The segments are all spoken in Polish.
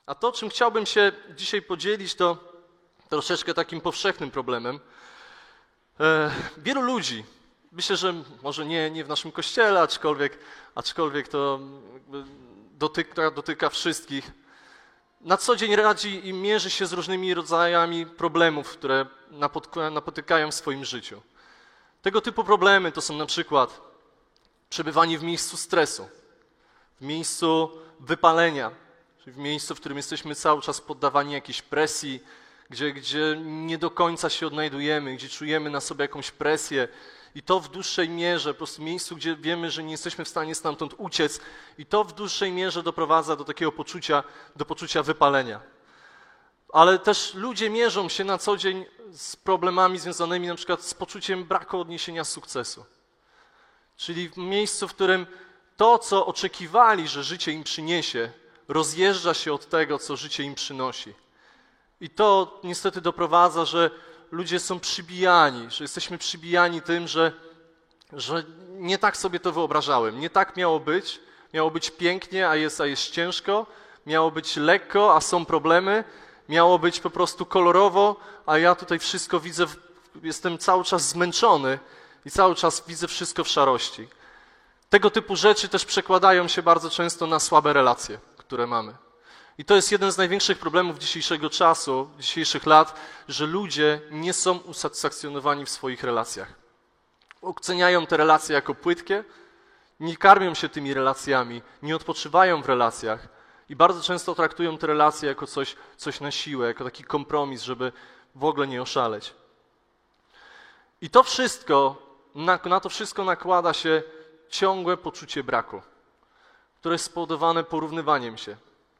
A to, czym chciałbym się dzisiaj podzielić, to troszeczkę takim powszechnym problemem. Wielu ludzi, myślę, że może nie w naszym kościele, aczkolwiek to dotyka wszystkich, na co dzień radzi i mierzy się z różnymi rodzajami problemów, które napotykają w swoim życiu. Tego typu problemy to są na przykład przebywanie w miejscu stresu, w miejscu wypalenia, czyli w miejscu, w którym jesteśmy cały czas poddawani jakiejś presji, gdzie nie do końca się odnajdujemy, gdzie czujemy na sobie jakąś presję i to w dłuższej mierze, po prostu miejscu, gdzie wiemy, że nie jesteśmy w stanie stamtąd uciec i to w dłuższej mierze doprowadza do takiego poczucia wypalenia. Ale też ludzie mierzą się na co dzień z problemami związanymi na przykład z poczuciem braku odniesienia sukcesu. Czyli w miejscu, w którym to, co oczekiwali, że życie im przyniesie, rozjeżdża się od tego, co życie im przynosi. I to niestety doprowadza, że ludzie są przybijani, że jesteśmy przybijani tym, że nie tak sobie to wyobrażałem, nie tak miało być pięknie, a jest ciężko, miało być lekko, a są problemy, miało być po prostu kolorowo, a ja tutaj wszystko widzę, jestem cały czas zmęczony i cały czas widzę wszystko w szarości. Tego typu rzeczy też przekładają się bardzo często na słabe relacje, które mamy. I to jest jeden z największych problemów dzisiejszego czasu, dzisiejszych lat, że ludzie nie są usatysfakcjonowani w swoich relacjach. Oceniają te relacje jako płytkie, nie karmią się tymi relacjami, nie odpoczywają w relacjach i bardzo często traktują te relacje jako coś na siłę, jako taki kompromis, żeby w ogóle nie oszaleć. I to wszystko, na to wszystko nakłada się ciągłe poczucie braku, które jest spowodowane porównywaniem się.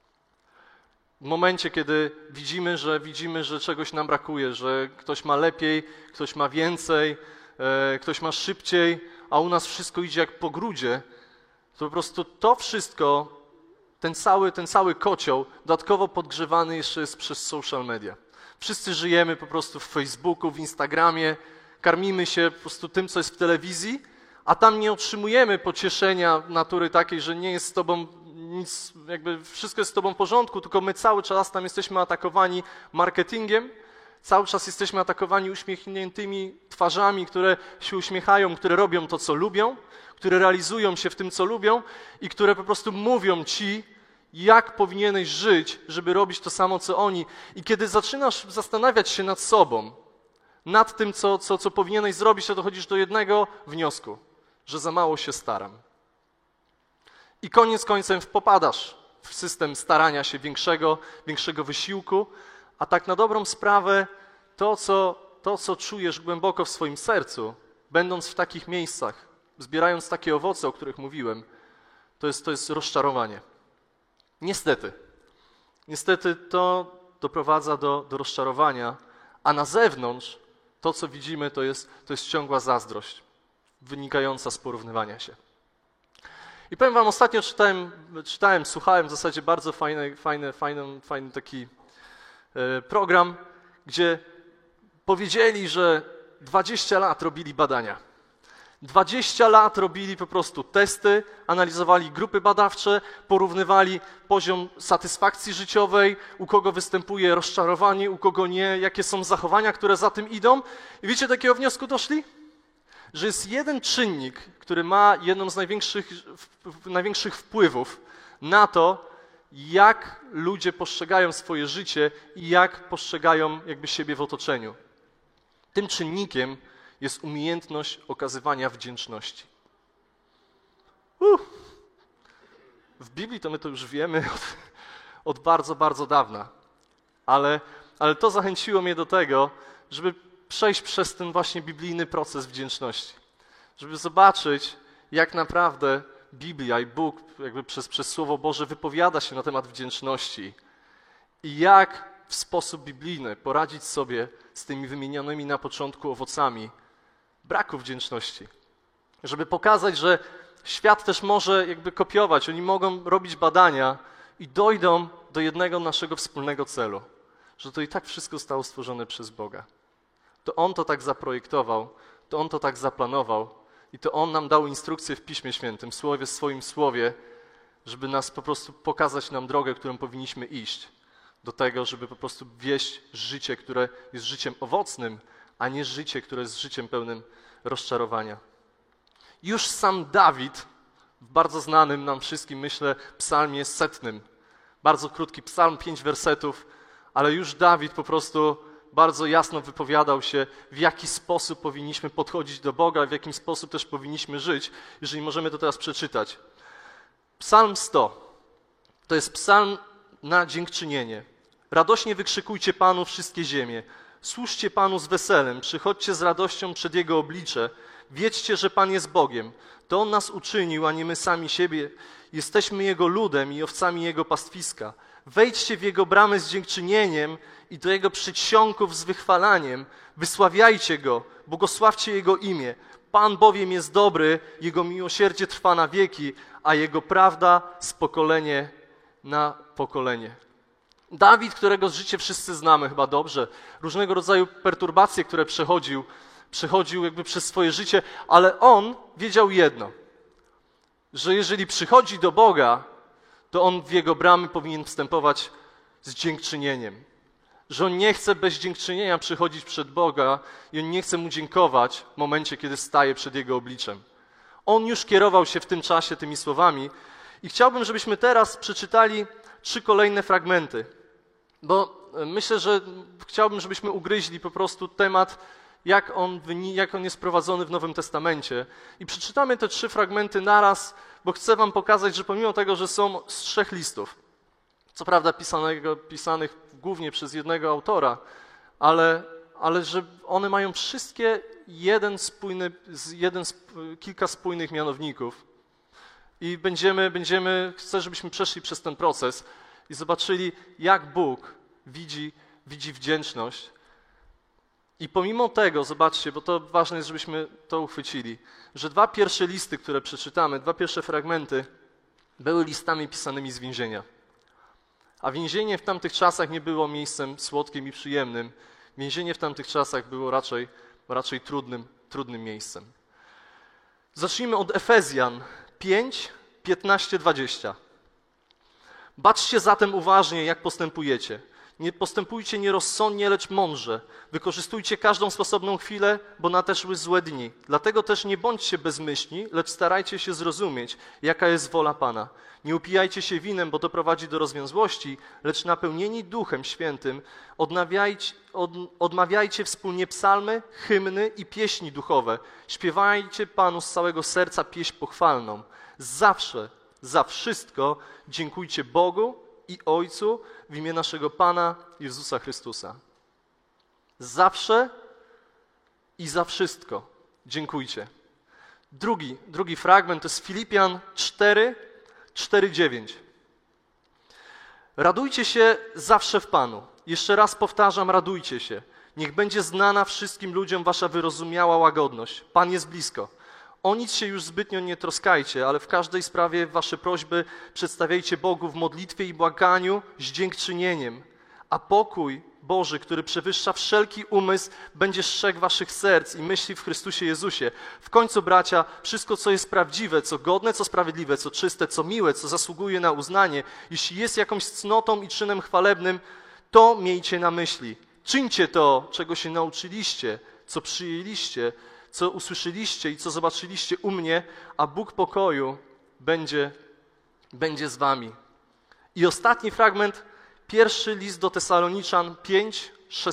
W momencie, kiedy widzimy, że czegoś nam brakuje, że ktoś ma lepiej, ktoś ma więcej, ktoś ma szybciej, a u nas wszystko idzie jak po grudzie, to po prostu to wszystko, ten cały kocioł dodatkowo podgrzewany jeszcze jest przez social media. Wszyscy żyjemy po prostu w Facebooku, w Instagramie, karmimy się po prostu tym, co jest w telewizji, a tam nie otrzymujemy pocieszenia natury takiej, że nie jest z tobą nic, jakby wszystko jest z tobą w porządku, tylko my cały czas tam jesteśmy atakowani marketingiem, cały czas jesteśmy atakowani uśmiechniętymi twarzami, które się uśmiechają, które robią to, co lubią, które realizują się w tym, co lubią i które po prostu mówią ci, jak powinieneś żyć, żeby robić to samo, co oni. I kiedy zaczynasz zastanawiać się nad sobą, nad tym, co powinieneś zrobić, to dochodzisz do jednego wniosku, że za mało się staram. I koniec końcem popadasz w system starania się większego wysiłku, a tak na dobrą sprawę to, co czujesz głęboko w swoim sercu, będąc w takich miejscach, zbierając takie owoce, o których mówiłem, to jest rozczarowanie. Niestety to doprowadza do rozczarowania, a na zewnątrz to, co widzimy, to jest ciągła zazdrość wynikająca z porównywania się. I powiem wam, ostatnio słuchałem w zasadzie bardzo fajny taki program, gdzie powiedzieli, że 20 lat robili badania. 20 lat robili po prostu testy, analizowali grupy badawcze, porównywali poziom satysfakcji życiowej, u kogo występuje rozczarowanie, u kogo nie, jakie są zachowania, które za tym idą. I wiecie, do jakiego wniosku doszli? Że jest jeden czynnik, który ma jedną z największych wpływów na to, jak ludzie postrzegają swoje życie i jak postrzegają jakby siebie w otoczeniu. Tym czynnikiem jest umiejętność okazywania wdzięczności. W Biblii to my to już wiemy od bardzo, bardzo dawna, ale to zachęciło mnie do tego, żeby przejść przez ten właśnie biblijny proces wdzięczności. Żeby zobaczyć, jak naprawdę Biblia i Bóg jakby przez Słowo Boże wypowiada się na temat wdzięczności i jak w sposób biblijny poradzić sobie z tymi wymienionymi na początku owocami braku wdzięczności. Żeby pokazać, że świat też może jakby kopiować, oni mogą robić badania i dojdą do jednego naszego wspólnego celu, że to i tak wszystko zostało stworzone przez Boga. To On to tak zaprojektował, to On to tak zaplanował i to On nam dał instrukcję w Piśmie Świętym, w swoim Słowie, żeby nas po prostu pokazać nam drogę, którą powinniśmy iść. Do tego, żeby po prostu wieść życie, które jest życiem owocnym, a nie życie, które jest życiem pełnym rozczarowania. Już sam Dawid, w bardzo znanym nam wszystkim, myślę, psalmie 100, bardzo krótki psalm, 5 wersetów, ale już Dawid po prostu bardzo jasno wypowiadał się, w jaki sposób powinniśmy podchodzić do Boga, w jaki sposób też powinniśmy żyć, jeżeli możemy to teraz przeczytać. Psalm 100 to jest psalm na dziękczynienie. Radośnie wykrzykujcie Panu wszystkie ziemie. Służcie Panu z weselem, przychodźcie z radością przed Jego oblicze. Wiedźcie, że Pan jest Bogiem. To On nas uczynił, a nie my sami siebie. Jesteśmy Jego ludem i owcami Jego pastwiska. Wejdźcie w Jego bramy z dziękczynieniem i do Jego przedsionków z wychwalaniem. Wysławiajcie Go, błogosławcie Jego imię. Pan bowiem jest dobry, Jego miłosierdzie trwa na wieki, a Jego prawda z pokolenia na pokolenie. Dawid, którego życie wszyscy znamy chyba dobrze, różnego rodzaju perturbacje, które przechodził jakby przez swoje życie, ale on wiedział jedno, że jeżeli przychodzi do Boga, to on w Jego bramy powinien wstępować z dziękczynieniem. Że on nie chce bez dziękczynienia przychodzić przed Boga i on nie chce Mu dziękować w momencie, kiedy staje przed Jego obliczem. On już kierował się w tym czasie tymi słowami i chciałbym, żebyśmy teraz przeczytali 3 kolejne fragmenty, bo myślę, że chciałbym, żebyśmy ugryźli po prostu temat, jak on jest prowadzony w Nowym Testamencie. I przeczytamy te 3 fragmenty naraz, bo chcę wam pokazać, że pomimo tego, że są z 3 listów, co prawda pisanych głównie przez jednego autora, ale że one mają wszystkie kilka spójnych mianowników. I chcę, żebyśmy przeszli przez ten proces i zobaczyli, jak Bóg widzi wdzięczność. I pomimo tego, zobaczcie, bo to ważne jest, żebyśmy to uchwycili, że 2 pierwsze listy, które przeczytamy, 2 pierwsze fragmenty, były listami pisanymi z więzienia. A więzienie w tamtych czasach nie było miejscem słodkim i przyjemnym. Więzienie w tamtych czasach było raczej trudnym miejscem. Zacznijmy od Efezjan 5, 15, 20. Baczcie zatem uważnie, jak postępujecie. Nie postępujcie nierozsądnie, lecz mądrze. Wykorzystujcie każdą sposobną chwilę, bo nadeszły złe dni. Dlatego też nie bądźcie bezmyślni, lecz starajcie się zrozumieć, jaka jest wola Pana. Nie upijajcie się winem, bo to prowadzi do rozwiązłości, lecz napełnieni Duchem Świętym odmawiajcie wspólnie psalmy, hymny i pieśni duchowe. Śpiewajcie Panu z całego serca pieśń pochwalną. Zawsze, za wszystko dziękujcie Bogu i Ojcu w imię naszego Pana Jezusa Chrystusa. Zawsze i za wszystko dziękujcie. Drugi fragment to jest Filipian 4:9. Radujcie się zawsze w Panu. Jeszcze raz powtarzam, radujcie się. Niech będzie znana wszystkim ludziom wasza wyrozumiała łagodność. Pan jest blisko. O nic się już zbytnio nie troskajcie, ale w każdej sprawie wasze prośby przedstawiajcie Bogu w modlitwie i błaganiu z dziękczynieniem. A pokój Boży, który przewyższa wszelki umysł, będzie strzegł waszych serc i myśli w Chrystusie Jezusie. W końcu, bracia, wszystko, co jest prawdziwe, co godne, co sprawiedliwe, co czyste, co miłe, co zasługuje na uznanie, jeśli jest jakąś cnotą i czynem chwalebnym, to miejcie na myśli. Czyńcie to, czego się nauczyliście, co przyjęliście, co usłyszeliście i co zobaczyliście u mnie, a Bóg pokoju będzie z wami. I ostatni fragment, 1 list do Tesaloniczan 5,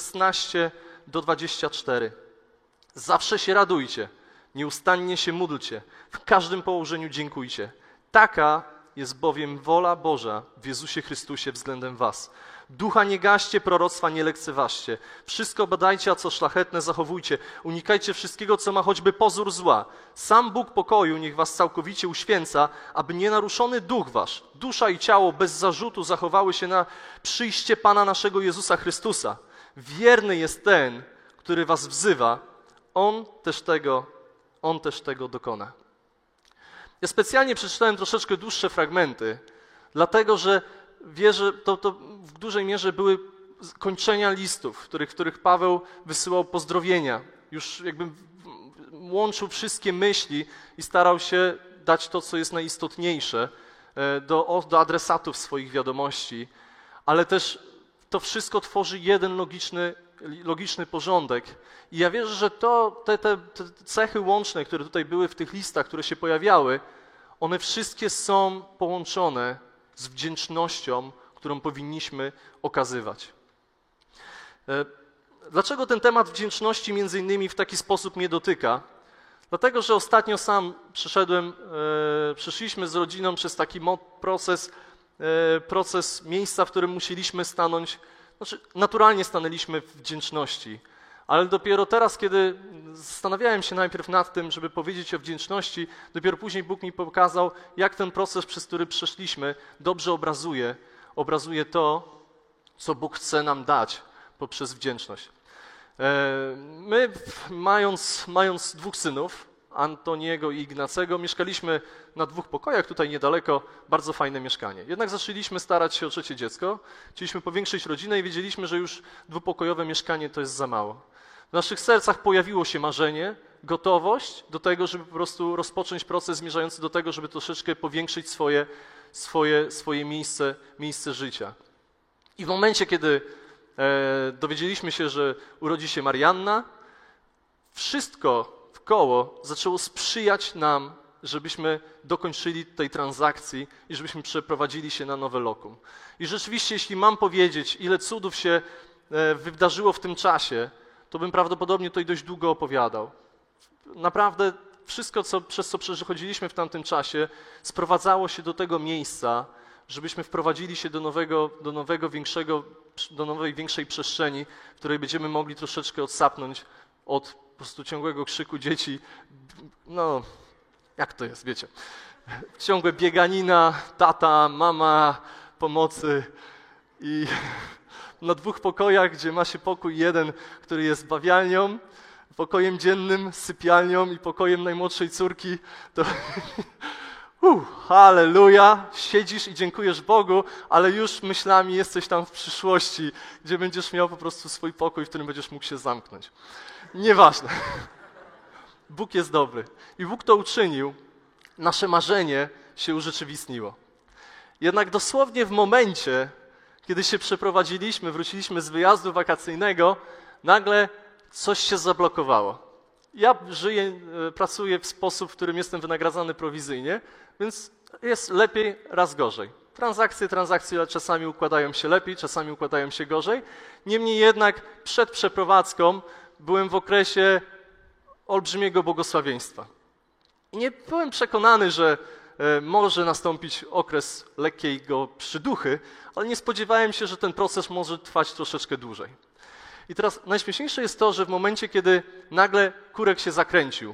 16-24. Zawsze się radujcie, nieustannie się módlcie, w każdym położeniu dziękujcie. Taka jest bowiem wola Boża w Jezusie Chrystusie względem was. Ducha nie gaście, proroctwa nie lekceważcie. Wszystko badajcie, a co szlachetne zachowujcie. Unikajcie wszystkiego, co ma choćby pozór zła. Sam Bóg pokoju niech was całkowicie uświęca, aby nienaruszony duch wasz, dusza i ciało bez zarzutu zachowały się na przyjście Pana naszego Jezusa Chrystusa. Wierny jest ten, który was wzywa. On też tego dokona. Ja specjalnie przeczytałem troszeczkę dłuższe fragmenty, dlatego że wierzę, to w dużej mierze były kończenia listów, w których Paweł wysyłał pozdrowienia. Już jakby łączył wszystkie myśli i starał się dać to, co jest najistotniejsze do adresatów swoich wiadomości, ale też to wszystko tworzy jeden logiczny porządek. I ja wierzę, że te cechy łączne, które tutaj były w tych listach, które się pojawiały, one wszystkie są połączone z wdzięcznością, którą powinniśmy okazywać. Dlaczego ten temat wdzięczności między innymi w taki sposób mnie dotyka? Dlatego, że ostatnio sam przeszliśmy z rodziną przez taki proces miejsca, w którym musieliśmy stanąć, znaczy naturalnie stanęliśmy w wdzięczności, ale dopiero teraz, kiedy zastanawiałem się najpierw nad tym, żeby powiedzieć o wdzięczności, dopiero później Bóg mi pokazał, jak ten proces, przez który przeszliśmy, dobrze obrazuje to, co Bóg chce nam dać poprzez wdzięczność. My, mając 2 synów, Antoniego i Ignacego, mieszkaliśmy na 2 pokojach, tutaj niedaleko, bardzo fajne mieszkanie. Jednak zaczęliśmy starać się o 3 dziecko, chcieliśmy powiększyć rodzinę i wiedzieliśmy, że już 2-pokojowe mieszkanie to jest za mało. W naszych sercach pojawiło się marzenie, gotowość do tego, żeby po prostu rozpocząć proces zmierzający do tego, żeby troszeczkę powiększyć swoje miejsce życia. I w momencie, kiedy dowiedzieliśmy się, że urodzi się Marianna, wszystko wkoło zaczęło sprzyjać nam, żebyśmy dokończyli tej transakcji i żebyśmy przeprowadzili się na nowe lokum. I rzeczywiście, jeśli mam powiedzieć, ile cudów się wydarzyło w tym czasie, to bym prawdopodobnie tutaj dość długo opowiadał. Naprawdę wszystko, przez co przechodziliśmy w tamtym czasie, sprowadzało się do tego miejsca, żebyśmy wprowadzili się do nowej, większej przestrzeni, w której będziemy mogli troszeczkę odsapnąć od po prostu ciągłego krzyku dzieci. No, jak to jest, wiecie? Ciągłe bieganina, tata, mama, pomocy i na 2 pokojach, gdzie ma się pokój jeden, który jest bawialnią, pokojem dziennym, sypialnią i pokojem najmłodszej córki, to halleluja, siedzisz i dziękujesz Bogu, ale już myślami jesteś tam w przyszłości, gdzie będziesz miał po prostu swój pokój, w którym będziesz mógł się zamknąć. Nieważne. Bóg jest dobry. I Bóg to uczynił, nasze marzenie się urzeczywistniło. Jednak dosłownie w momencie, kiedy się przeprowadziliśmy, wróciliśmy z wyjazdu wakacyjnego, nagle coś się zablokowało. Ja pracuję w sposób, w którym jestem wynagradzany prowizyjnie, więc jest lepiej, raz gorzej. Transakcje czasami układają się lepiej, czasami układają się gorzej. Niemniej jednak przed przeprowadzką byłem w okresie olbrzymiego błogosławieństwa. I nie byłem przekonany, że może nastąpić okres lekkiego przyduchy, ale nie spodziewałem się, że ten proces może trwać troszeczkę dłużej. I teraz najśmieszniejsze jest to, że w momencie, kiedy nagle kurek się zakręcił,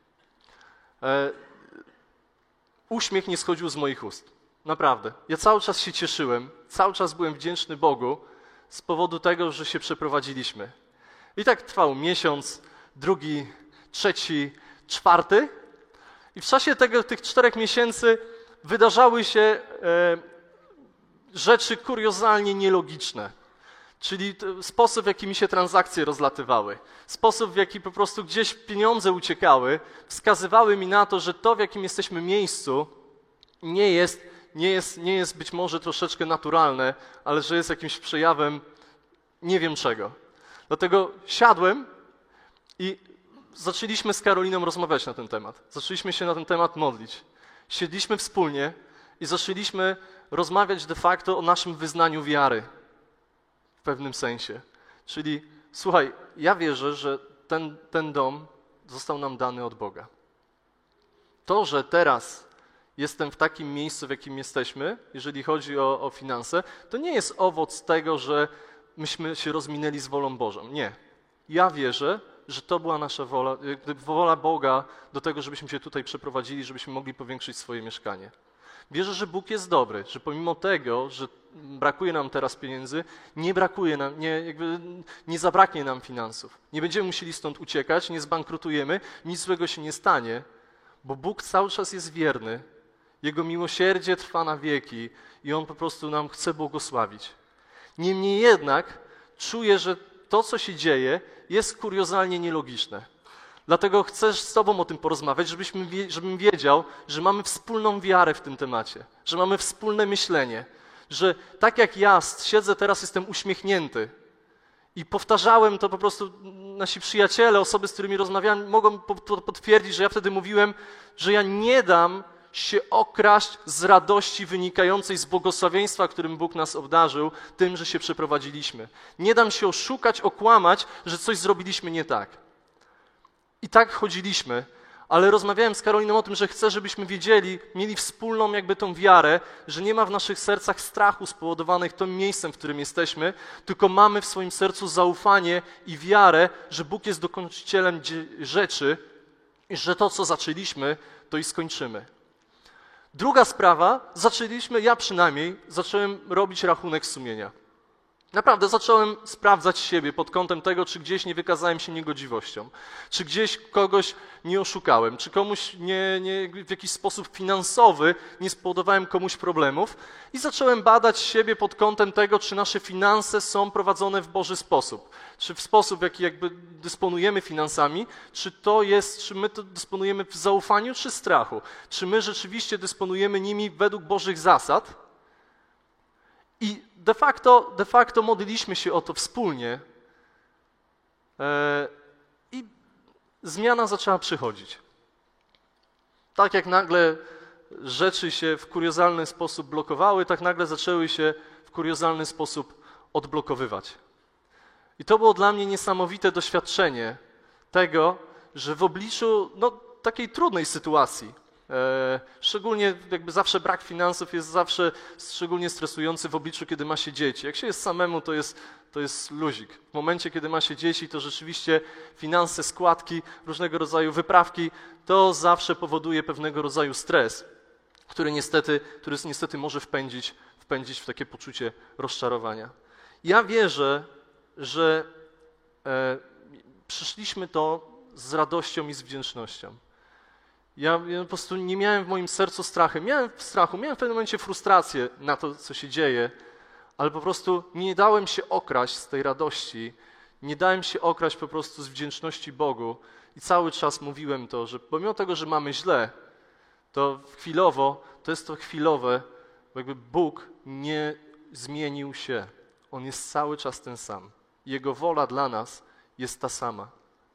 uśmiech nie schodził z moich ust. Naprawdę. Ja cały czas się cieszyłem, cały czas byłem wdzięczny Bogu z powodu tego, że się przeprowadziliśmy. I tak trwał miesiąc, 2, 3, 4. I w czasie tych 4 miesięcy wydarzały się rzeczy kuriozalnie nielogiczne. Czyli sposób, w jaki mi się transakcje rozlatywały, sposób, w jaki po prostu gdzieś pieniądze uciekały, wskazywały mi na to, że to, w jakim jesteśmy miejscu, nie jest być może troszeczkę naturalne, ale że jest jakimś przejawem nie wiem czego. Dlatego siadłem i zaczęliśmy z Karoliną rozmawiać na ten temat. Zaczęliśmy się na ten temat modlić. Siedliśmy wspólnie i zaczęliśmy rozmawiać de facto o naszym wyznaniu wiary. W pewnym sensie. Czyli słuchaj, ja wierzę, że ten dom został nam dany od Boga. To, że teraz jestem w takim miejscu, w jakim jesteśmy, jeżeli chodzi o finanse, to nie jest owoc tego, że myśmy się rozminęli z wolą Bożą. Nie. Ja wierzę, że to była nasza wola Boga do tego, żebyśmy się tutaj przeprowadzili, żebyśmy mogli powiększyć swoje mieszkanie. Wierzę, że Bóg jest dobry, że pomimo tego, że brakuje nam teraz pieniędzy, nie zabraknie nam finansów. Nie będziemy musieli stąd uciekać, nie zbankrutujemy, nic złego się nie stanie, bo Bóg cały czas jest wierny. Jego miłosierdzie trwa na wieki i On po prostu nam chce błogosławić. Niemniej jednak czuję, że to, co się dzieje, jest kuriozalnie nielogiczne. Dlatego chcę z Tobą o tym porozmawiać, żebym wiedział, że mamy wspólną wiarę w tym temacie, że mamy wspólne myślenie, że tak jak ja siedzę teraz, jestem uśmiechnięty i powtarzałem to po prostu, nasi przyjaciele, osoby, z którymi rozmawiałem, mogą potwierdzić, że ja wtedy mówiłem, że ja nie dam się okraść z radości wynikającej z błogosławieństwa, którym Bóg nas obdarzył, tym, że się przeprowadziliśmy. Nie dam się oszukać, okłamać, że coś zrobiliśmy nie tak. I tak chodziliśmy, ale rozmawiałem z Karoliną o tym, że chcę, żebyśmy wiedzieli, mieli wspólną jakby tą wiarę, że nie ma w naszych sercach strachu spowodowanych tym miejscem, w którym jesteśmy, tylko mamy w swoim sercu zaufanie i wiarę, że Bóg jest dokończycielem rzeczy i że to, co zaczęliśmy, to i skończymy. Druga sprawa, ja przynajmniej zacząłem robić rachunek sumienia. Naprawdę zacząłem sprawdzać siebie pod kątem tego, czy gdzieś nie wykazałem się niegodziwością, czy gdzieś kogoś nie oszukałem, czy komuś w jakiś sposób finansowy nie spowodowałem komuś problemów i zacząłem badać siebie pod kątem tego, czy nasze finanse są prowadzone w Boży sposób, czy w sposób, w jaki jakby dysponujemy finansami, czy my to dysponujemy w zaufaniu, czy strachu, czy my rzeczywiście dysponujemy nimi według Bożych zasad. I de facto modliliśmy się o to wspólnie i zmiana zaczęła przychodzić. Tak jak nagle rzeczy się w kuriozalny sposób blokowały, tak nagle zaczęły się w kuriozalny sposób odblokowywać. I to było dla mnie niesamowite doświadczenie tego, że w obliczu takiej trudnej sytuacji, szczególnie jakby zawsze brak finansów jest zawsze szczególnie stresujący w obliczu, kiedy ma się dzieci. Jak się jest samemu, to jest luzik. W momencie, kiedy ma się dzieci, to rzeczywiście finanse, składki, różnego rodzaju wyprawki, to zawsze powoduje pewnego rodzaju stres, który niestety może wpędzić w takie poczucie rozczarowania. Ja wierzę, że przyszliśmy to z radością i z wdzięcznością. Ja po prostu nie miałem w moim sercu strachu. Miałem w pewnym momencie frustrację na to, co się dzieje, ale po prostu nie dałem się okraść z tej radości, nie dałem się okraść po prostu z wdzięczności Bogu i cały czas mówiłem to, że pomimo tego, że mamy źle, to jest to chwilowe, bo jakby Bóg nie zmienił się. On jest cały czas ten sam. Jego wola dla nas jest ta sama.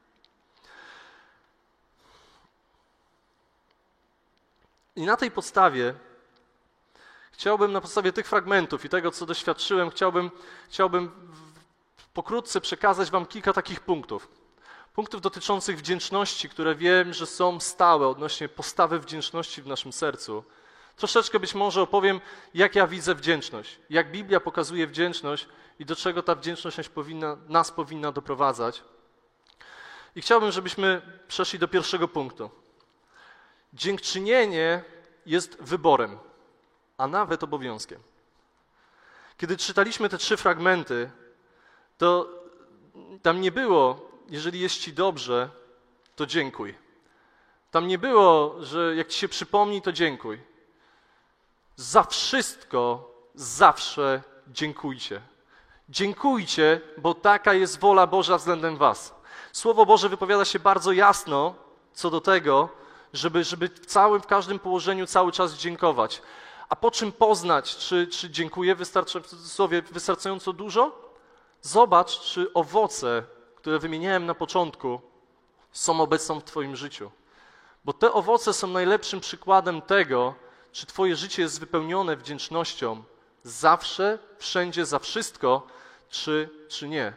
I na tej podstawie na podstawie tych fragmentów i tego, co doświadczyłem, chciałbym pokrótce przekazać wam kilka takich punktów. Punktów dotyczących wdzięczności, które wiem, że są stałe odnośnie postawy wdzięczności w naszym sercu. Troszeczkę być może opowiem, jak ja widzę wdzięczność, jak Biblia pokazuje wdzięczność i do czego ta wdzięczność nas powinna doprowadzać. I chciałbym, żebyśmy przeszli do pierwszego punktu. Dziękczynienie jest wyborem, a nawet obowiązkiem. Kiedy czytaliśmy te 3 fragmenty, to tam nie było, jeżeli jest ci dobrze, to dziękuj. Tam nie było, że jak ci się przypomni, to dziękuj. Za wszystko zawsze dziękujcie. Dziękujcie, bo taka jest wola Boża względem was. Słowo Boże wypowiada się bardzo jasno co do tego, żeby w każdym położeniu cały czas dziękować. A po czym poznać, czy dziękuję wystarczająco dużo? Zobacz, czy owoce, które wymieniałem na początku, są obecne w twoim życiu. Bo te owoce są najlepszym przykładem tego, czy twoje życie jest wypełnione wdzięcznością zawsze, wszędzie, za wszystko, czy nie.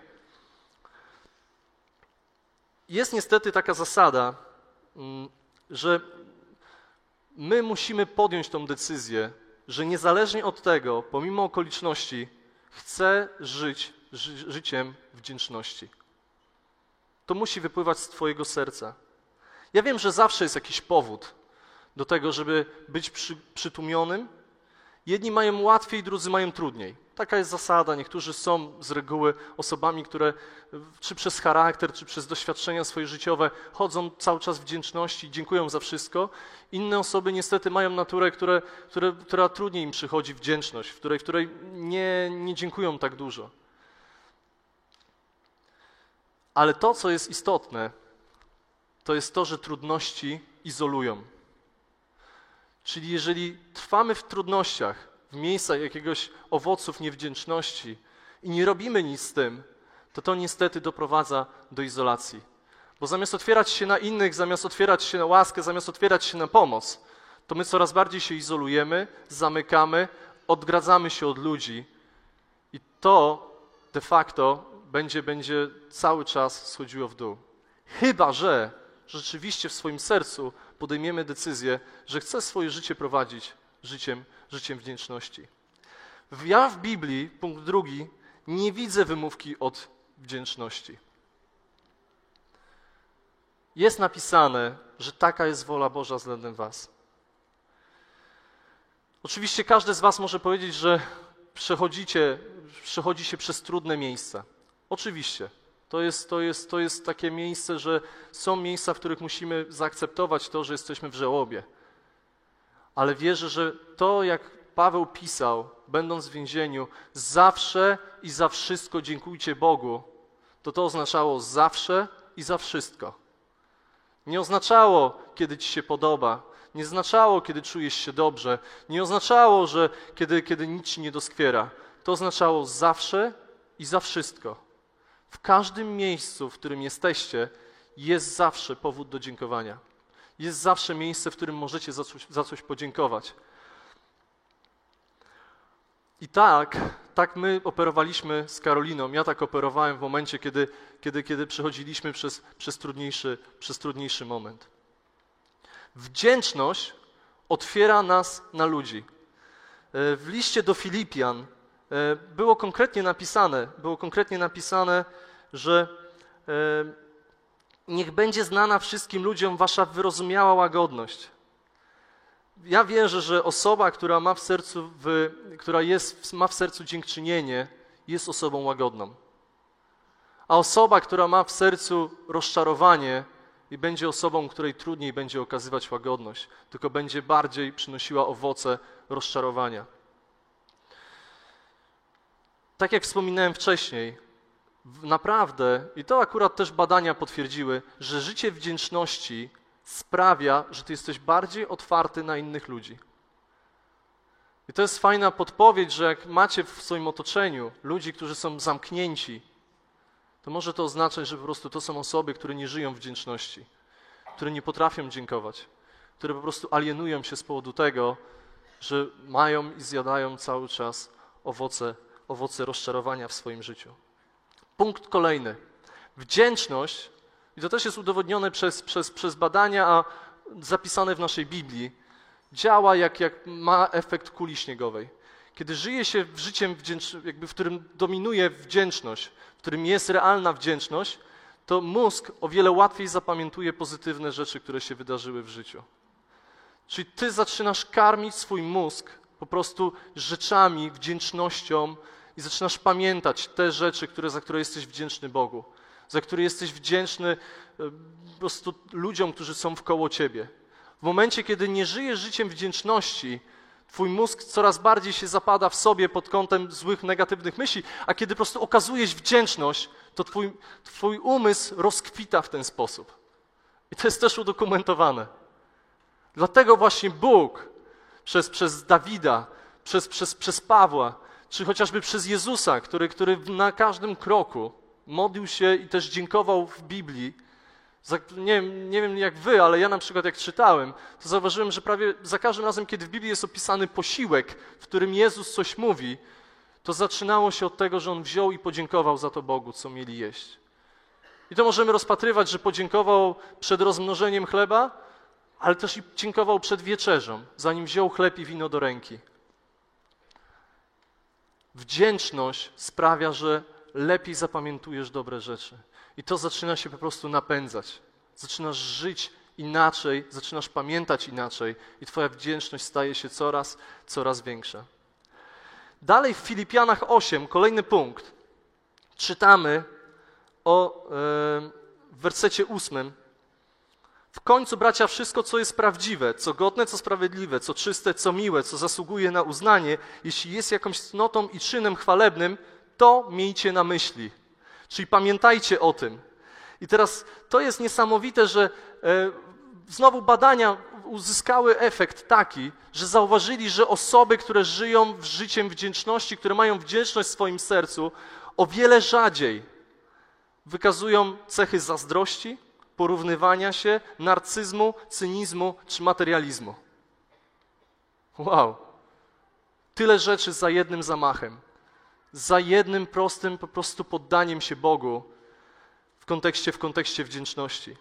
Jest niestety taka zasada, że my musimy podjąć tą decyzję, że niezależnie od tego, pomimo okoliczności, chcę żyć życiem wdzięczności. To musi wypływać z twojego serca. Ja wiem, że zawsze jest jakiś powód do tego, żeby być przytłumionym. Jedni mają łatwiej, drudzy mają trudniej. Taka jest zasada. Niektórzy są z reguły osobami, które czy przez charakter, czy przez doświadczenia swoje życiowe chodzą cały czas w wdzięczności, dziękują za wszystko. Inne osoby niestety mają naturę, która trudniej im przychodzi wdzięczność, w której nie dziękują tak dużo. Ale to, co jest istotne, to jest to, że trudności izolują. Czyli jeżeli trwamy w trudnościach, w miejscach jakiegoś owoców niewdzięczności i nie robimy nic z tym, to niestety doprowadza do izolacji. Bo zamiast otwierać się na innych, zamiast otwierać się na łaskę, zamiast otwierać się na pomoc, to my coraz bardziej się izolujemy, zamykamy, odgradzamy się od ludzi i to de facto będzie cały czas schodziło w dół. Chyba że rzeczywiście w swoim sercu podejmiemy decyzję, że chcę swoje życie prowadzić życiem wdzięczności. Ja w Biblii, punkt drugi, nie widzę wymówki od wdzięczności. Jest napisane, że taka jest wola Boża względem was. Oczywiście każdy z was może powiedzieć, że przechodzi się przez trudne miejsca. Oczywiście. To jest takie miejsce, że są miejsca, w których musimy zaakceptować to, że jesteśmy w żałobie. Ale wierzę, że to, jak Paweł pisał, będąc w więzieniu, zawsze i za wszystko dziękujcie Bogu, to oznaczało zawsze i za wszystko. Nie oznaczało, kiedy ci się podoba, nie oznaczało, kiedy czujesz się dobrze, nie oznaczało, że kiedy nic ci nie doskwiera. To oznaczało zawsze i za wszystko. W każdym miejscu, w którym jesteście, jest zawsze powód do dziękowania. Jest zawsze miejsce, w którym możecie za coś podziękować. I tak my operowaliśmy z Karoliną. Ja tak operowałem w momencie, kiedy przechodziliśmy przez trudniejszy moment. Wdzięczność otwiera nas na ludzi. W liście do Filipian było konkretnie napisane, że niech będzie znana wszystkim ludziom wasza wyrozumiała łagodność. Ja wierzę, że osoba, która ma w sercu dziękczynienie, jest osobą łagodną. A osoba, która ma w sercu rozczarowanie, i będzie osobą, której trudniej będzie okazywać łagodność, tylko będzie bardziej przynosiła owoce rozczarowania. Tak jak wspominałem wcześniej, naprawdę, i to akurat też badania potwierdziły, że życie wdzięczności sprawia, że ty jesteś bardziej otwarty na innych ludzi. I to jest fajna podpowiedź, że jak macie w swoim otoczeniu ludzi, którzy są zamknięci, to może to oznaczać, że po prostu to są osoby, które nie żyją wdzięczności, które nie potrafią dziękować, które po prostu alienują się z powodu tego, że mają i zjadają cały czas owoce rozczarowania w swoim życiu. Punkt kolejny. Wdzięczność, i to też jest udowodnione przez badania, a zapisane w naszej Biblii, działa jak ma efekt kuli śniegowej. Kiedy żyje się życiem, w którym dominuje wdzięczność, w którym jest realna wdzięczność, to mózg o wiele łatwiej zapamiętuje pozytywne rzeczy, które się wydarzyły w życiu. Czyli ty zaczynasz karmić swój mózg po prostu rzeczami, wdzięcznością i zaczynasz pamiętać te rzeczy, za które jesteś wdzięczny Bogu, za które jesteś wdzięczny po prostu ludziom, którzy są wkoło ciebie. W momencie, kiedy nie żyjesz życiem wdzięczności, twój mózg coraz bardziej się zapada w sobie pod kątem złych, negatywnych myśli, a kiedy po prostu okazujesz wdzięczność, to twój umysł rozkwita w ten sposób. I to jest też udokumentowane. Dlatego właśnie Bóg przez Dawida, przez Pawła, czy chociażby przez Jezusa, który na każdym kroku modlił się i też dziękował w Biblii. Nie wiem jak wy, ale ja na przykład jak czytałem, to zauważyłem, że prawie za każdym razem, kiedy w Biblii jest opisany posiłek, w którym Jezus coś mówi, to zaczynało się od tego, że On wziął i podziękował za to Bogu, co mieli jeść. I to możemy rozpatrywać, że podziękował przed rozmnożeniem chleba, ale też i dziękował przed wieczerzą, zanim wziął chleb i wino do ręki. Wdzięczność sprawia, że lepiej zapamiętujesz dobre rzeczy. I to zaczyna się po prostu napędzać. Zaczynasz żyć inaczej, zaczynasz pamiętać inaczej i twoja wdzięczność staje się coraz większa. Dalej w Filipianach 8, kolejny punkt, czytamy w wersecie 8. W końcu, bracia, wszystko, co jest prawdziwe, co godne, co sprawiedliwe, co czyste, co miłe, co zasługuje na uznanie, jeśli jest jakąś cnotą i czynem chwalebnym, to miejcie na myśli. Czyli pamiętajcie o tym. I teraz to jest niesamowite, że znowu badania uzyskały efekt taki, że zauważyli, że osoby, które żyją życiem wdzięczności, które mają wdzięczność w swoim sercu, o wiele rzadziej wykazują cechy zazdrości, porównywania się, narcyzmu, cynizmu czy materializmu. Wow! Tyle rzeczy za jednym zamachem, za jednym prostym po prostu poddaniem się Bogu w kontekście wdzięczności.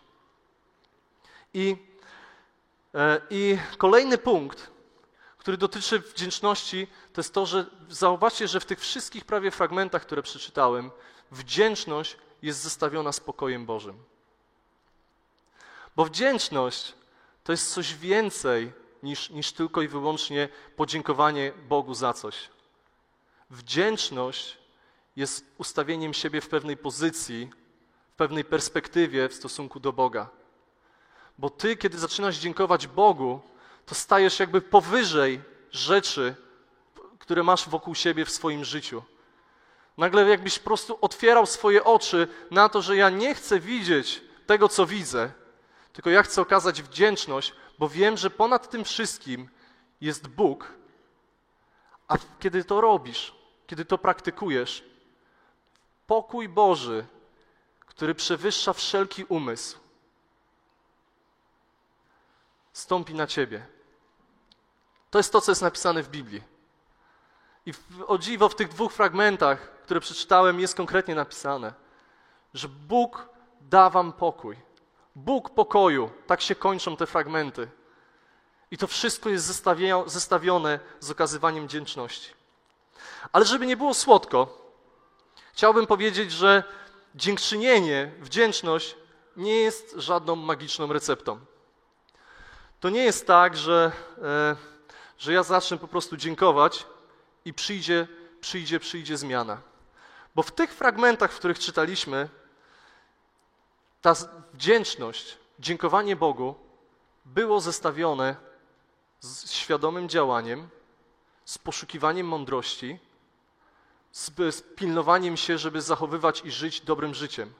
I kolejny punkt, który dotyczy wdzięczności, to jest to, że zauważcie, że w tych wszystkich prawie fragmentach, które przeczytałem, wdzięczność jest zestawiona z pokojem Bożym. Bo wdzięczność to jest coś więcej niż tylko i wyłącznie podziękowanie Bogu za coś. Wdzięczność jest ustawieniem siebie w pewnej pozycji, w pewnej perspektywie w stosunku do Boga. Bo ty, kiedy zaczynasz dziękować Bogu, to stajesz jakby powyżej rzeczy, które masz wokół siebie w swoim życiu. Nagle jakbyś po prostu otwierał swoje oczy na to, że ja nie chcę widzieć tego, co widzę, tylko ja chcę okazać wdzięczność, bo wiem, że ponad tym wszystkim jest Bóg. A kiedy to robisz, kiedy to praktykujesz, pokój Boży, który przewyższa wszelki umysł, stąpi na ciebie. To jest to, co jest napisane w Biblii. I o dziwo w tych dwóch fragmentach, które przeczytałem, jest konkretnie napisane, że Bóg da wam pokój. Bóg pokoju. Tak się kończą te fragmenty. I to wszystko jest zestawione z okazywaniem wdzięczności. Ale żeby nie było słodko, chciałbym powiedzieć, że dziękczynienie, wdzięczność nie jest żadną magiczną receptą. To nie jest tak, że ja zacznę po prostu dziękować i przyjdzie zmiana. Bo w tych fragmentach, w których czytaliśmy, ta wdzięczność, dziękowanie Bogu było zestawione z świadomym działaniem, z poszukiwaniem mądrości, z pilnowaniem się, żeby zachowywać i żyć dobrym życiem.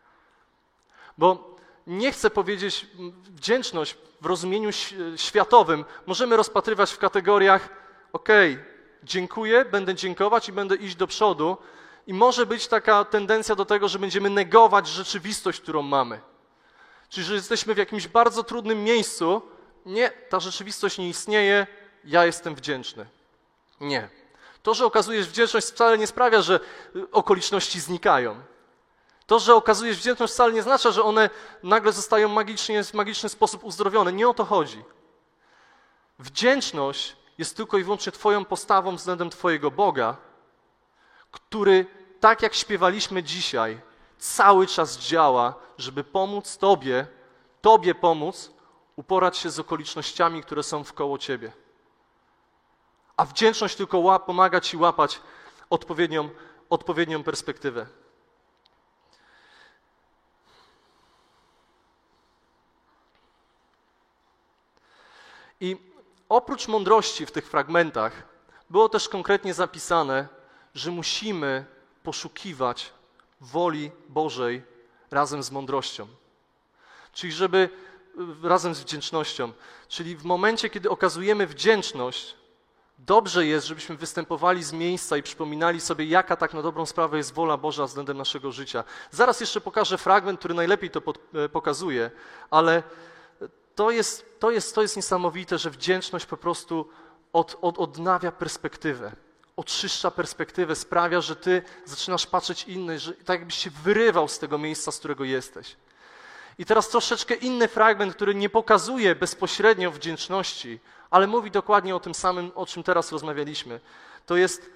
Bo nie chcę powiedzieć, wdzięczność w rozumieniu światowym możemy rozpatrywać w kategoriach dziękuję, będę dziękować i będę iść do przodu i może być taka tendencja do tego, że będziemy negować rzeczywistość, którą mamy. Czyli, że jesteśmy w jakimś bardzo trudnym miejscu, nie, ta rzeczywistość nie istnieje, ja jestem wdzięczny. Nie. To, że okazujesz wdzięczność, wcale nie sprawia, że okoliczności znikają. To, że okazujesz wdzięczność, wcale nie oznacza, że one nagle zostają w magiczny sposób uzdrowione. Nie o to chodzi. Wdzięczność jest tylko i wyłącznie twoją postawą względem twojego Boga, który, tak jak śpiewaliśmy dzisiaj, cały czas działa, żeby pomóc Tobie pomóc uporać się z okolicznościami, które są wkoło Ciebie. A wdzięczność tylko pomaga Ci łapać odpowiednią perspektywę. I oprócz mądrości w tych fragmentach było też konkretnie zapisane, że musimy poszukiwać woli Bożej razem z mądrością. Czyli razem z wdzięcznością. Czyli w momencie, kiedy okazujemy wdzięczność, dobrze jest, żebyśmy występowali z miejsca i przypominali sobie, jaka tak na dobrą sprawę jest wola Boża względem naszego życia. Zaraz jeszcze pokażę fragment, który najlepiej to pokazuje, ale to jest niesamowite, że wdzięczność po prostu odnawia perspektywę. Oczyszcza perspektywę, sprawia, że ty zaczynasz patrzeć inny, że tak jakbyś się wyrywał z tego miejsca, z którego jesteś. I teraz troszeczkę inny fragment, który nie pokazuje bezpośrednio wdzięczności, ale mówi dokładnie o tym samym, o czym teraz rozmawialiśmy. To jest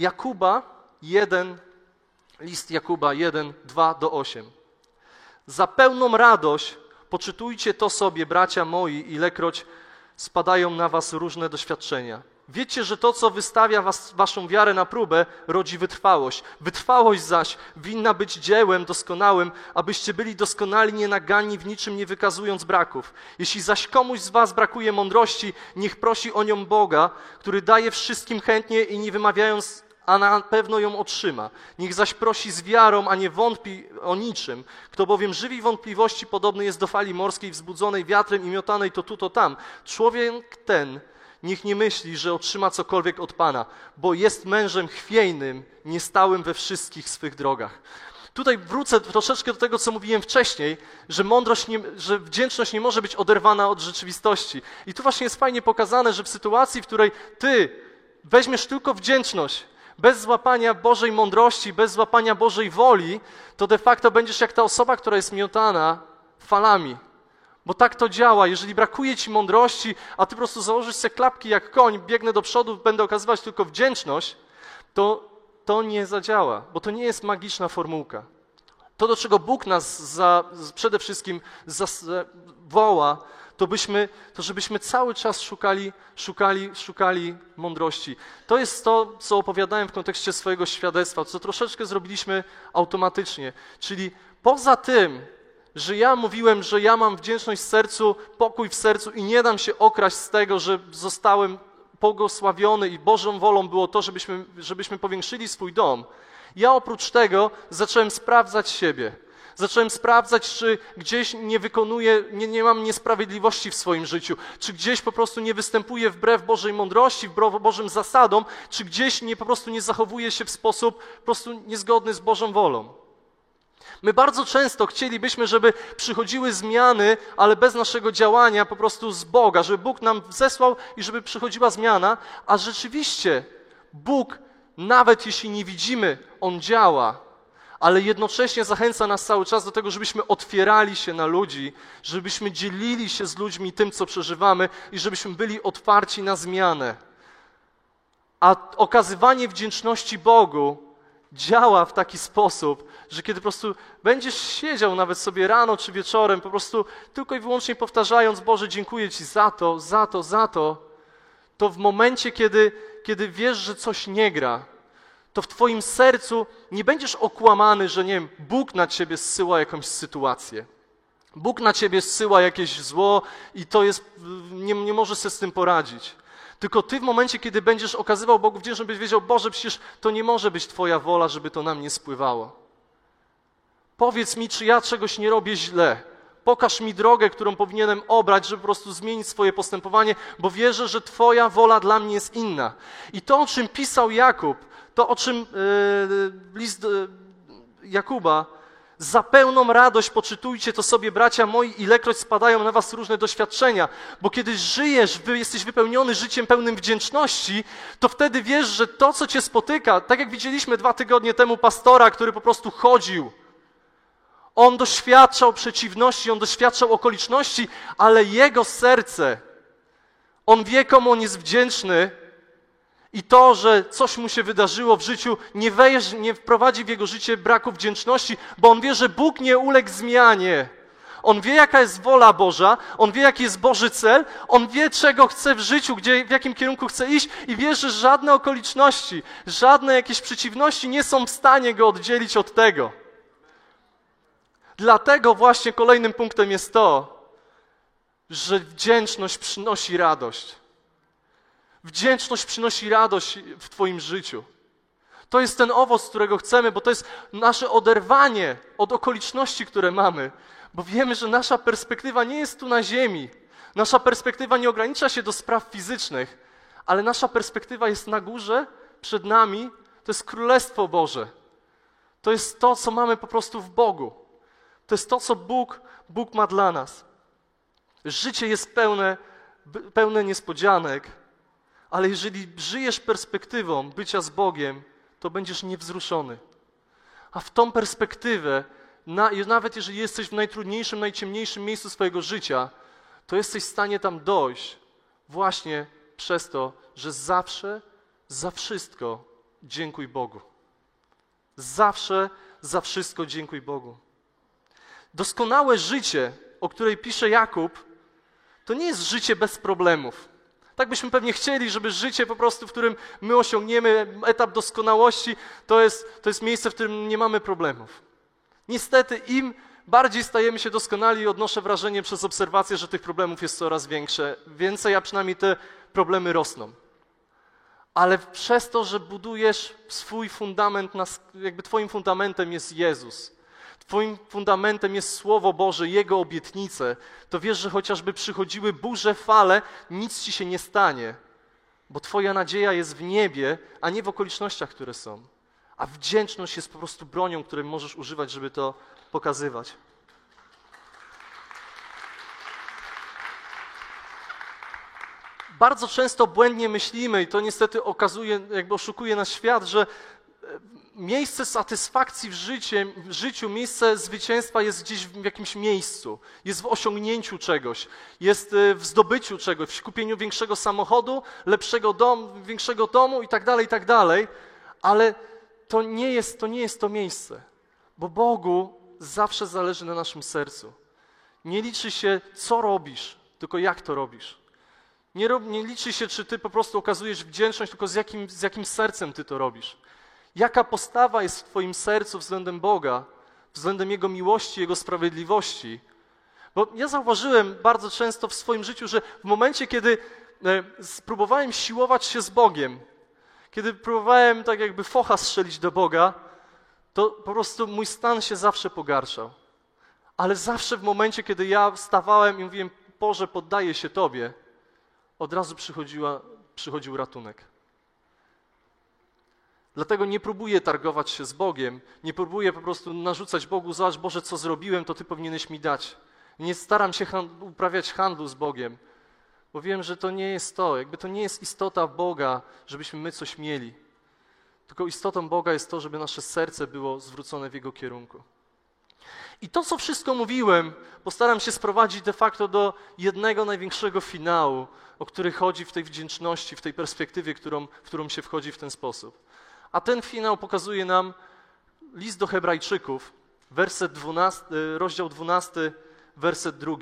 list Jakuba 1, 2-8. Za pełną radość poczytujcie to sobie, bracia moi, ilekroć spadają na was różne doświadczenia. Wiecie, że to, co wystawia waszą wiarę na próbę, rodzi wytrwałość. Wytrwałość zaś winna być dziełem doskonałym, abyście byli doskonali, nienaganni, w niczym nie wykazując braków. Jeśli zaś komuś z was brakuje mądrości, niech prosi o nią Boga, który daje wszystkim chętnie i nie wymawiając a na pewno ją otrzyma. Niech zaś prosi z wiarą, a nie wątpi o niczym. Kto bowiem żywi wątpliwości, podobny jest do fali morskiej wzbudzonej wiatrem i miotanej to tu, to tam. Człowiek ten niech nie myśli, że otrzyma cokolwiek od Pana, bo jest mężem chwiejnym, niestałym we wszystkich swych drogach. Tutaj wrócę troszeczkę do tego, co mówiłem wcześniej, że że wdzięczność nie może być oderwana od rzeczywistości. I tu właśnie jest fajnie pokazane, że w sytuacji, w której ty weźmiesz tylko wdzięczność, bez złapania Bożej mądrości, bez złapania Bożej woli, to de facto będziesz jak ta osoba, która jest miotana falami. Bo tak to działa. Jeżeli brakuje ci mądrości, a ty po prostu założysz sobie klapki jak koń, biegnę do przodu, będę okazywać tylko wdzięczność, to nie zadziała, bo to nie jest magiczna formułka. To, do czego Bóg nas przede wszystkim woła, to żebyśmy cały czas szukali mądrości. To jest to, co opowiadałem w kontekście swojego świadectwa, co troszeczkę zrobiliśmy automatycznie. Czyli poza tym, że ja mówiłem, że ja mam wdzięczność w sercu, pokój w sercu i nie dam się okraść z tego, że zostałem błogosławiony i Bożą wolą było to, żebyśmy powiększyli swój dom. Ja oprócz tego zacząłem sprawdzać siebie. Zacząłem sprawdzać, czy gdzieś nie mam niesprawiedliwości w swoim życiu, czy gdzieś po prostu nie występuję wbrew Bożej mądrości, wbrew Bożym zasadom, czy gdzieś po prostu nie zachowuję się w sposób po prostu niezgodny z Bożą wolą. My bardzo często chcielibyśmy, żeby przychodziły zmiany, ale bez naszego działania po prostu z Boga, żeby Bóg nam zesłał i żeby przychodziła zmiana, a rzeczywiście Bóg, nawet jeśli nie widzimy, On działa, ale jednocześnie zachęca nas cały czas do tego, żebyśmy otwierali się na ludzi, żebyśmy dzielili się z ludźmi tym, co przeżywamy i żebyśmy byli otwarci na zmianę. A okazywanie wdzięczności Bogu działa w taki sposób, że kiedy po prostu będziesz siedział nawet sobie rano czy wieczorem, po prostu tylko i wyłącznie powtarzając: Boże, dziękuję Ci za to, to w momencie, kiedy wiesz, że coś nie gra, to w twoim sercu nie będziesz okłamany, że nie wiem, Bóg na ciebie zsyła jakąś sytuację. Bóg na ciebie zsyła jakieś zło i to jest, nie możesz sobie z tym poradzić. Tylko ty w momencie, kiedy będziesz okazywał Bogu wdzięczność, będziesz wiedział: Boże, przecież to nie może być Twoja wola, żeby to na mnie spływało. Powiedz mi, czy ja czegoś nie robię źle. Pokaż mi drogę, którą powinienem obrać, żeby po prostu zmienić swoje postępowanie, bo wierzę, że Twoja wola dla mnie jest inna. I to, o czym pisał Jakub, to, o czym list Jakuba: za pełną radość poczytujcie to sobie, bracia moi, ilekroć spadają na was różne doświadczenia, bo kiedy żyjesz, jesteś wypełniony życiem pełnym wdzięczności, to wtedy wiesz, że to, co cię spotyka, tak jak widzieliśmy 2 tygodnie temu pastora, który po prostu chodził, on doświadczał przeciwności, on doświadczał okoliczności, ale jego serce, on wie, komu on jest wdzięczny, i to, że coś mu się wydarzyło w życiu, nie wprowadzi w jego życie braku wdzięczności, bo on wie, że Bóg nie uległ zmianie. On wie, jaka jest wola Boża, on wie, jaki jest Boży cel, on wie, czego chce w życiu, w jakim kierunku chce iść i wie, że żadne okoliczności, żadne jakieś przeciwności nie są w stanie go oddzielić od tego. Dlatego właśnie kolejnym punktem jest to, że wdzięczność przynosi radość. Wdzięczność przynosi radość w twoim życiu. To jest ten owoc, którego chcemy, bo to jest nasze oderwanie od okoliczności, które mamy. Bo wiemy, że nasza perspektywa nie jest tu na ziemi. Nasza perspektywa nie ogranicza się do spraw fizycznych, ale nasza perspektywa jest na górze, przed nami. To jest Królestwo Boże. To jest to, co mamy po prostu w Bogu. To jest to, co Bóg ma dla nas. Życie jest pełne niespodzianek, ale jeżeli żyjesz perspektywą bycia z Bogiem, to będziesz niewzruszony. A w tą perspektywę, nawet jeżeli jesteś w najtrudniejszym, najciemniejszym miejscu swojego życia, to jesteś w stanie tam dojść właśnie przez to, że zawsze, za wszystko dziękuj Bogu. Zawsze, za wszystko dziękuj Bogu. Doskonałe życie, o której pisze Jakub, to nie jest życie bez problemów. Tak byśmy pewnie chcieli, żeby życie po prostu, w którym my osiągniemy etap doskonałości, to jest miejsce, w którym nie mamy problemów. Niestety im bardziej stajemy się doskonali, odnoszę wrażenie przez obserwację, że tych problemów jest coraz więcej, a przynajmniej te problemy rosną. ale przez to, że budujesz swój fundament, jakby twoim fundamentem jest Jezus, twoim fundamentem jest Słowo Boże, Jego obietnice, to wiesz, że chociażby przychodziły burze, fale, nic ci się nie stanie, bo twoja nadzieja jest w niebie, a nie w okolicznościach, które są. A wdzięczność jest po prostu bronią, której możesz używać, żeby to pokazywać. Bardzo często błędnie myślimy i to niestety oszukuje nas świat, że miejsce satysfakcji w życiu, miejsce zwycięstwa jest gdzieś w jakimś miejscu, jest w osiągnięciu czegoś, jest w zdobyciu czegoś, w kupieniu większego samochodu, lepszego domu, większego domu i tak dalej, ale to nie jest to miejsce, bo Bogu zawsze zależy na naszym sercu. Nie liczy się, co robisz, tylko jak to robisz. Nie liczy się, czy ty po prostu okazujesz wdzięczność, tylko z jakim sercem ty to robisz. Jaka postawa jest w twoim sercu względem Boga, względem Jego miłości, Jego sprawiedliwości. Bo ja zauważyłem bardzo często w swoim życiu, że w momencie, kiedy spróbowałem siłować się z Bogiem, kiedy próbowałem tak jakby focha strzelić do Boga, to po prostu mój stan się zawsze pogarszał. Ale zawsze w momencie, kiedy ja wstawałem i mówiłem, Boże, poddaję się Tobie, od razu przychodził ratunek. Dlatego nie próbuję targować się z Bogiem, nie próbuję po prostu narzucać Bogu, zobacz Boże, co zrobiłem, to Ty powinieneś mi dać. Nie staram się uprawiać handlu z Bogiem, bo wiem, że to nie jest to, jakby to nie jest istota Boga, żebyśmy my coś mieli. Tylko istotą Boga jest to, żeby nasze serce było zwrócone w Jego kierunku. I to, co wszystko mówiłem, postaram się sprowadzić de facto do jednego największego finału, o który chodzi w tej wdzięczności, w tej perspektywie, w którą się wchodzi w ten sposób. A ten finał pokazuje nam list do Hebrajczyków, rozdział 12, werset 2.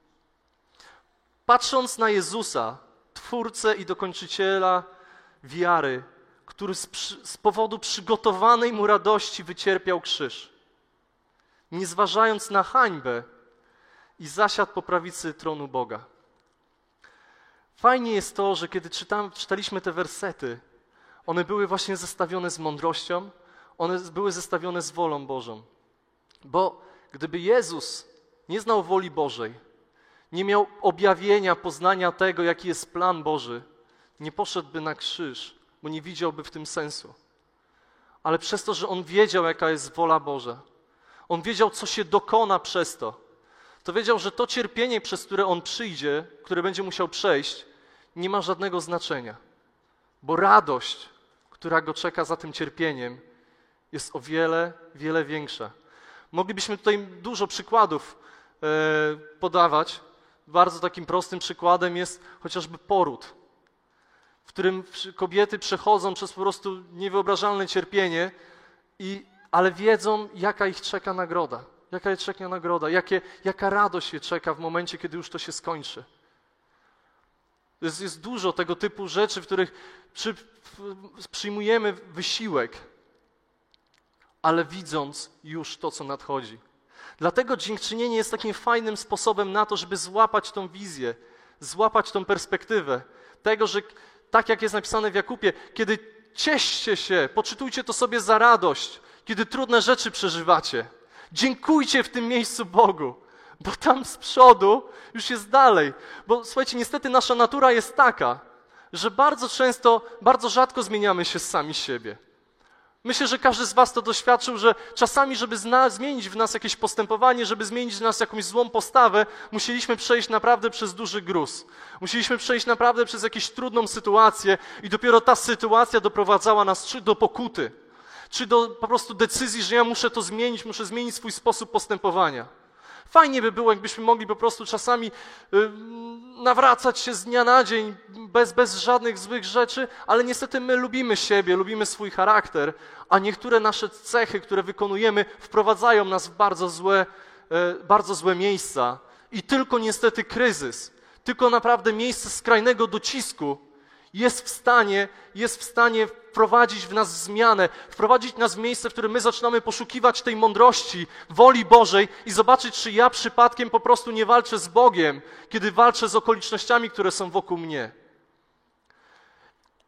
Patrząc na Jezusa, Twórcę i Dokończyciela wiary, który z powodu przygotowanej mu radości wycierpiał krzyż, nie zważając na hańbę i zasiadł po prawicy tronu Boga. Fajnie jest to, że kiedy czytaliśmy te wersety, one były właśnie zestawione z mądrością, one były zestawione z wolą Bożą. Bo gdyby Jezus nie znał woli Bożej, nie miał objawienia, poznania tego, jaki jest plan Boży, nie poszedłby na krzyż, bo nie widziałby w tym sensu. Ale przez to, że On wiedział, jaka jest wola Boża, On wiedział, co się dokona przez to wiedział, że to cierpienie, przez które On przyjdzie, które będzie musiał przejść, nie ma żadnego znaczenia. Bo radość, która Go czeka za tym cierpieniem, jest o wiele, wiele większa. Moglibyśmy tutaj dużo przykładów podawać. Bardzo takim prostym przykładem jest chociażby poród, w którym kobiety przechodzą przez po prostu niewyobrażalne cierpienie, ale wiedzą, jaka ich czeka nagroda. Jaka ich czeka nagroda, jaka radość je czeka w momencie, kiedy już to się skończy. Jest dużo tego typu rzeczy, w których przyjmujemy wysiłek, ale widząc już to, co nadchodzi. Dlatego dziękczynienie jest takim fajnym sposobem na to, żeby złapać tą wizję, złapać tą perspektywę tego, że tak jak jest napisane w Jakubie, kiedy cieszcie się, poczytujcie to sobie za radość, kiedy trudne rzeczy przeżywacie. Dziękujcie w tym miejscu Bogu, bo tam z przodu już jest dalej. Bo słuchajcie, niestety nasza natura jest taka, że bardzo często, bardzo rzadko zmieniamy się sami siebie. Myślę, że każdy z was to doświadczył, że czasami, żeby zmienić w nas jakieś postępowanie, żeby zmienić w nas jakąś złą postawę, musieliśmy przejść naprawdę przez duży gruz. Musieliśmy przejść naprawdę przez jakąś trudną sytuację i dopiero ta sytuacja doprowadzała nas czy do pokuty, czy do po prostu decyzji, że ja muszę to zmienić, muszę zmienić swój sposób postępowania. Fajnie by było, jakbyśmy mogli po prostu czasami nawracać się z dnia na dzień bez żadnych złych rzeczy, ale niestety my lubimy siebie, lubimy swój charakter, a niektóre nasze cechy, które wykonujemy, wprowadzają nas w bardzo złe miejsca. I tylko niestety kryzys, tylko naprawdę miejsce skrajnego docisku jest w stanie wprowadzić w nas zmianę, wprowadzić nas w miejsce, w którym my zaczynamy poszukiwać tej mądrości, woli Bożej i zobaczyć, czy ja przypadkiem po prostu nie walczę z Bogiem, kiedy walczę z okolicznościami, które są wokół mnie. A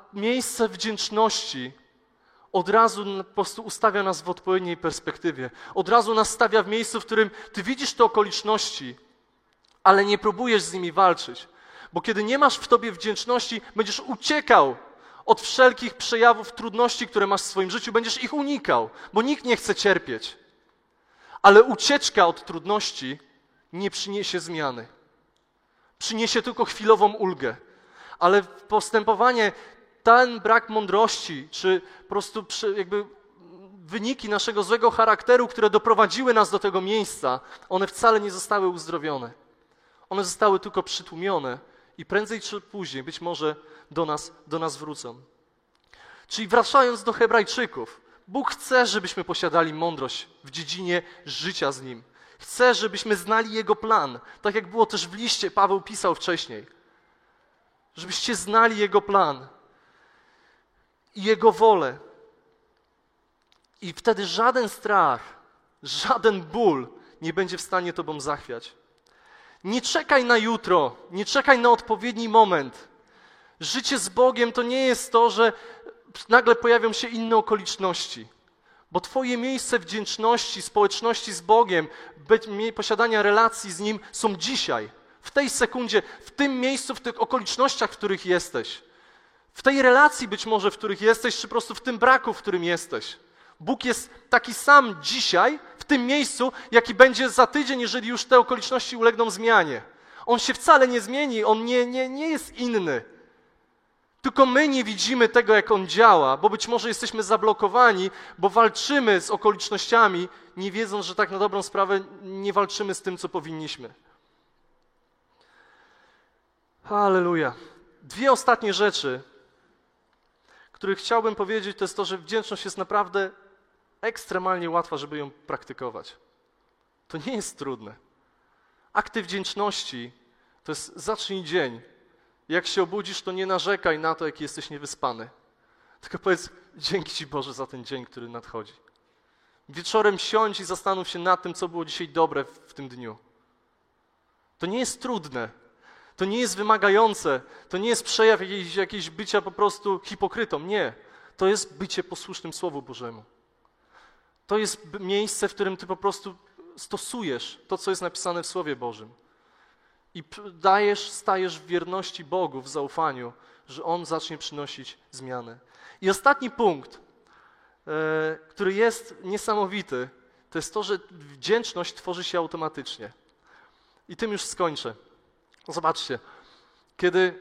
miejsce wdzięczności od razu po prostu ustawia nas w odpowiedniej perspektywie. Od razu nas stawia w miejscu, w którym ty widzisz te okoliczności, ale nie próbujesz z nimi walczyć. Bo kiedy nie masz w tobie wdzięczności, będziesz uciekał od wszelkich przejawów trudności, które masz w swoim życiu, będziesz ich unikał, bo nikt nie chce cierpieć. Ale ucieczka od trudności nie przyniesie zmiany. Przyniesie tylko chwilową ulgę. Ale postępowanie, ten brak mądrości, czy po prostu jakby wyniki naszego złego charakteru, które doprowadziły nas do tego miejsca, one wcale nie zostały uzdrowione. One zostały tylko przytłumione i prędzej czy później być może do nas wrócą. Czyli wracając do Hebrajczyków, Bóg chce, żebyśmy posiadali mądrość w dziedzinie życia z Nim. Chce, żebyśmy znali Jego plan, tak jak było też w liście, Paweł pisał wcześniej. Żebyście znali Jego plan i Jego wolę. I wtedy żaden strach, żaden ból nie będzie w stanie tobą zachwiać. Nie czekaj na jutro, nie czekaj na odpowiedni moment. Życie z Bogiem to nie jest to, że nagle pojawią się inne okoliczności. Bo twoje miejsce wdzięczności, społeczności z Bogiem, posiadania relacji z Nim są dzisiaj, w tej sekundzie, w tym miejscu, w tych okolicznościach, w których jesteś. W tej relacji być może, w których jesteś, czy po prostu w tym braku, w którym jesteś. Bóg jest taki sam dzisiaj, w tym miejscu, jaki będzie za tydzień, jeżeli już te okoliczności ulegną zmianie. On się wcale nie zmieni, On nie jest inny. Tylko my nie widzimy tego, jak On działa, bo być może jesteśmy zablokowani, bo walczymy z okolicznościami, nie wiedząc, że tak na dobrą sprawę nie walczymy z tym, co powinniśmy. Halleluja. Dwie ostatnie rzeczy, których chciałbym powiedzieć, to jest to, że wdzięczność jest naprawdę ekstremalnie łatwa, żeby ją praktykować. To nie jest trudne. Akty wdzięczności to jest zacznij dzień. Jak się obudzisz, to nie narzekaj na to, jaki jesteś niewyspany. Tylko powiedz, dzięki Ci Boże za ten dzień, który nadchodzi. Wieczorem siądź i zastanów się nad tym, co było dzisiaj dobre w tym dniu. To nie jest trudne. To nie jest wymagające. To nie jest przejaw jakiejś bycia po prostu hipokrytą. Nie. To jest bycie posłusznym Słowu Bożemu. To jest miejsce, w którym Ty po prostu stosujesz to, co jest napisane w Słowie Bożym. I stajesz w wierności Bogu, w zaufaniu, że On zacznie przynosić zmianę. I ostatni punkt, który jest niesamowity, to jest to, że wdzięczność tworzy się automatycznie. I tym już skończę. Zobaczcie, kiedy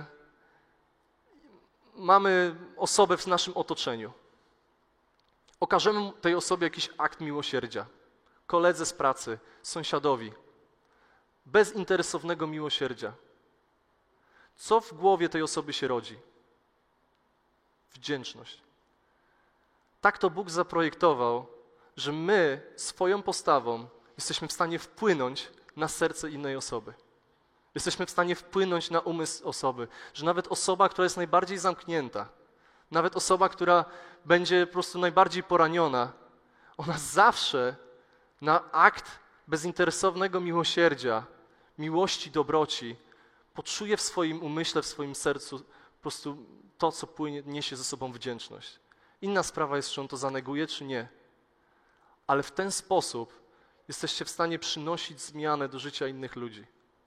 mamy osobę w naszym otoczeniu, okażemy tej osobie jakiś akt miłosierdzia, koledze z pracy, sąsiadowi, bezinteresownego miłosierdzia. Co w głowie tej osoby się rodzi? Wdzięczność. Tak to Bóg zaprojektował, że my swoją postawą jesteśmy w stanie wpłynąć na serce innej osoby. Jesteśmy w stanie wpłynąć na umysł osoby, że nawet osoba, która jest najbardziej zamknięta, nawet osoba, która będzie po prostu najbardziej poraniona, ona zawsze na akt bezinteresownego miłosierdzia, miłości, poczuje w swoim umyśle, w swoim sercu po prostu to, co niesie ze sobą wdzięczność. Inna sprawa jest, czy on to zaneguje, czy nie. Ale w ten sposób jesteście w stanie przynosić zmianę do życia innych ludzi,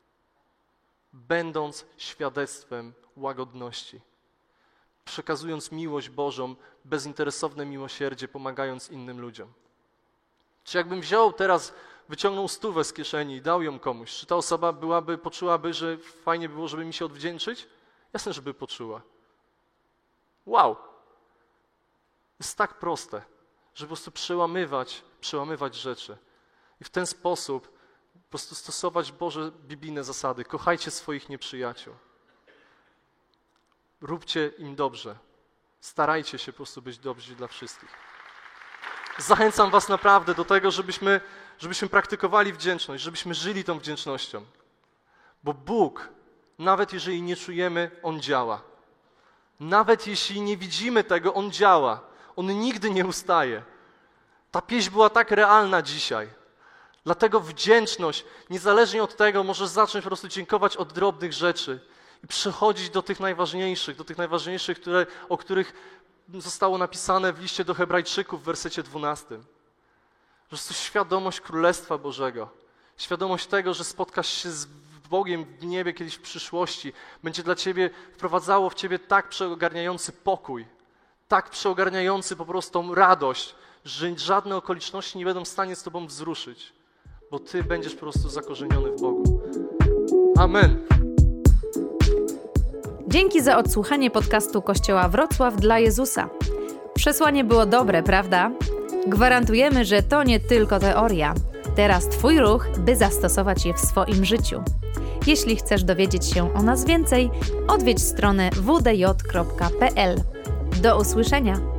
będąc świadectwem łagodności, przekazując miłość Bożą, bezinteresowne miłosierdzie, pomagając innym ludziom. Czy jakbym wziął teraz, wyciągnął 100 z kieszeni i dał ją komuś, czy ta osoba poczułaby, że fajnie było, żeby mi się odwdzięczyć? Jasne, żeby poczuła. Wow! Jest tak proste, żeby po prostu przełamywać rzeczy. I w ten sposób po prostu stosować Boże biblijne zasady. Kochajcie swoich nieprzyjaciół. Róbcie im dobrze. Starajcie się po prostu być dobrzy dla wszystkich. Zachęcam was naprawdę do tego, żebyśmy praktykowali wdzięczność, żebyśmy żyli tą wdzięcznością. Bo Bóg, nawet jeżeli nie czujemy, On działa. Nawet jeśli nie widzimy tego, On działa. On nigdy nie ustaje. Ta pieśń była tak realna dzisiaj. Dlatego wdzięczność, niezależnie od tego, możesz zacząć po prostu dziękować od drobnych rzeczy. I przechodzić do tych najważniejszych, o których zostało napisane w liście do Hebrajczyków w wersecie 12. Że to świadomość Królestwa Bożego, świadomość tego, że spotkasz się z Bogiem w niebie kiedyś w przyszłości, będzie dla ciebie wprowadzało w ciebie tak przeogarniający pokój, tak przeogarniający po prostu tą radość, że żadne okoliczności nie będą w stanie z tobą wzruszyć, bo ty będziesz po prostu zakorzeniony w Bogu. Amen. Dzięki za odsłuchanie podcastu Kościoła Wrocław dla Jezusa. Przesłanie było dobre, prawda? Gwarantujemy, że to nie tylko teoria. Teraz twój ruch, by zastosować je w swoim życiu. Jeśli chcesz dowiedzieć się o nas więcej, odwiedź stronę wdj.pl. Do usłyszenia!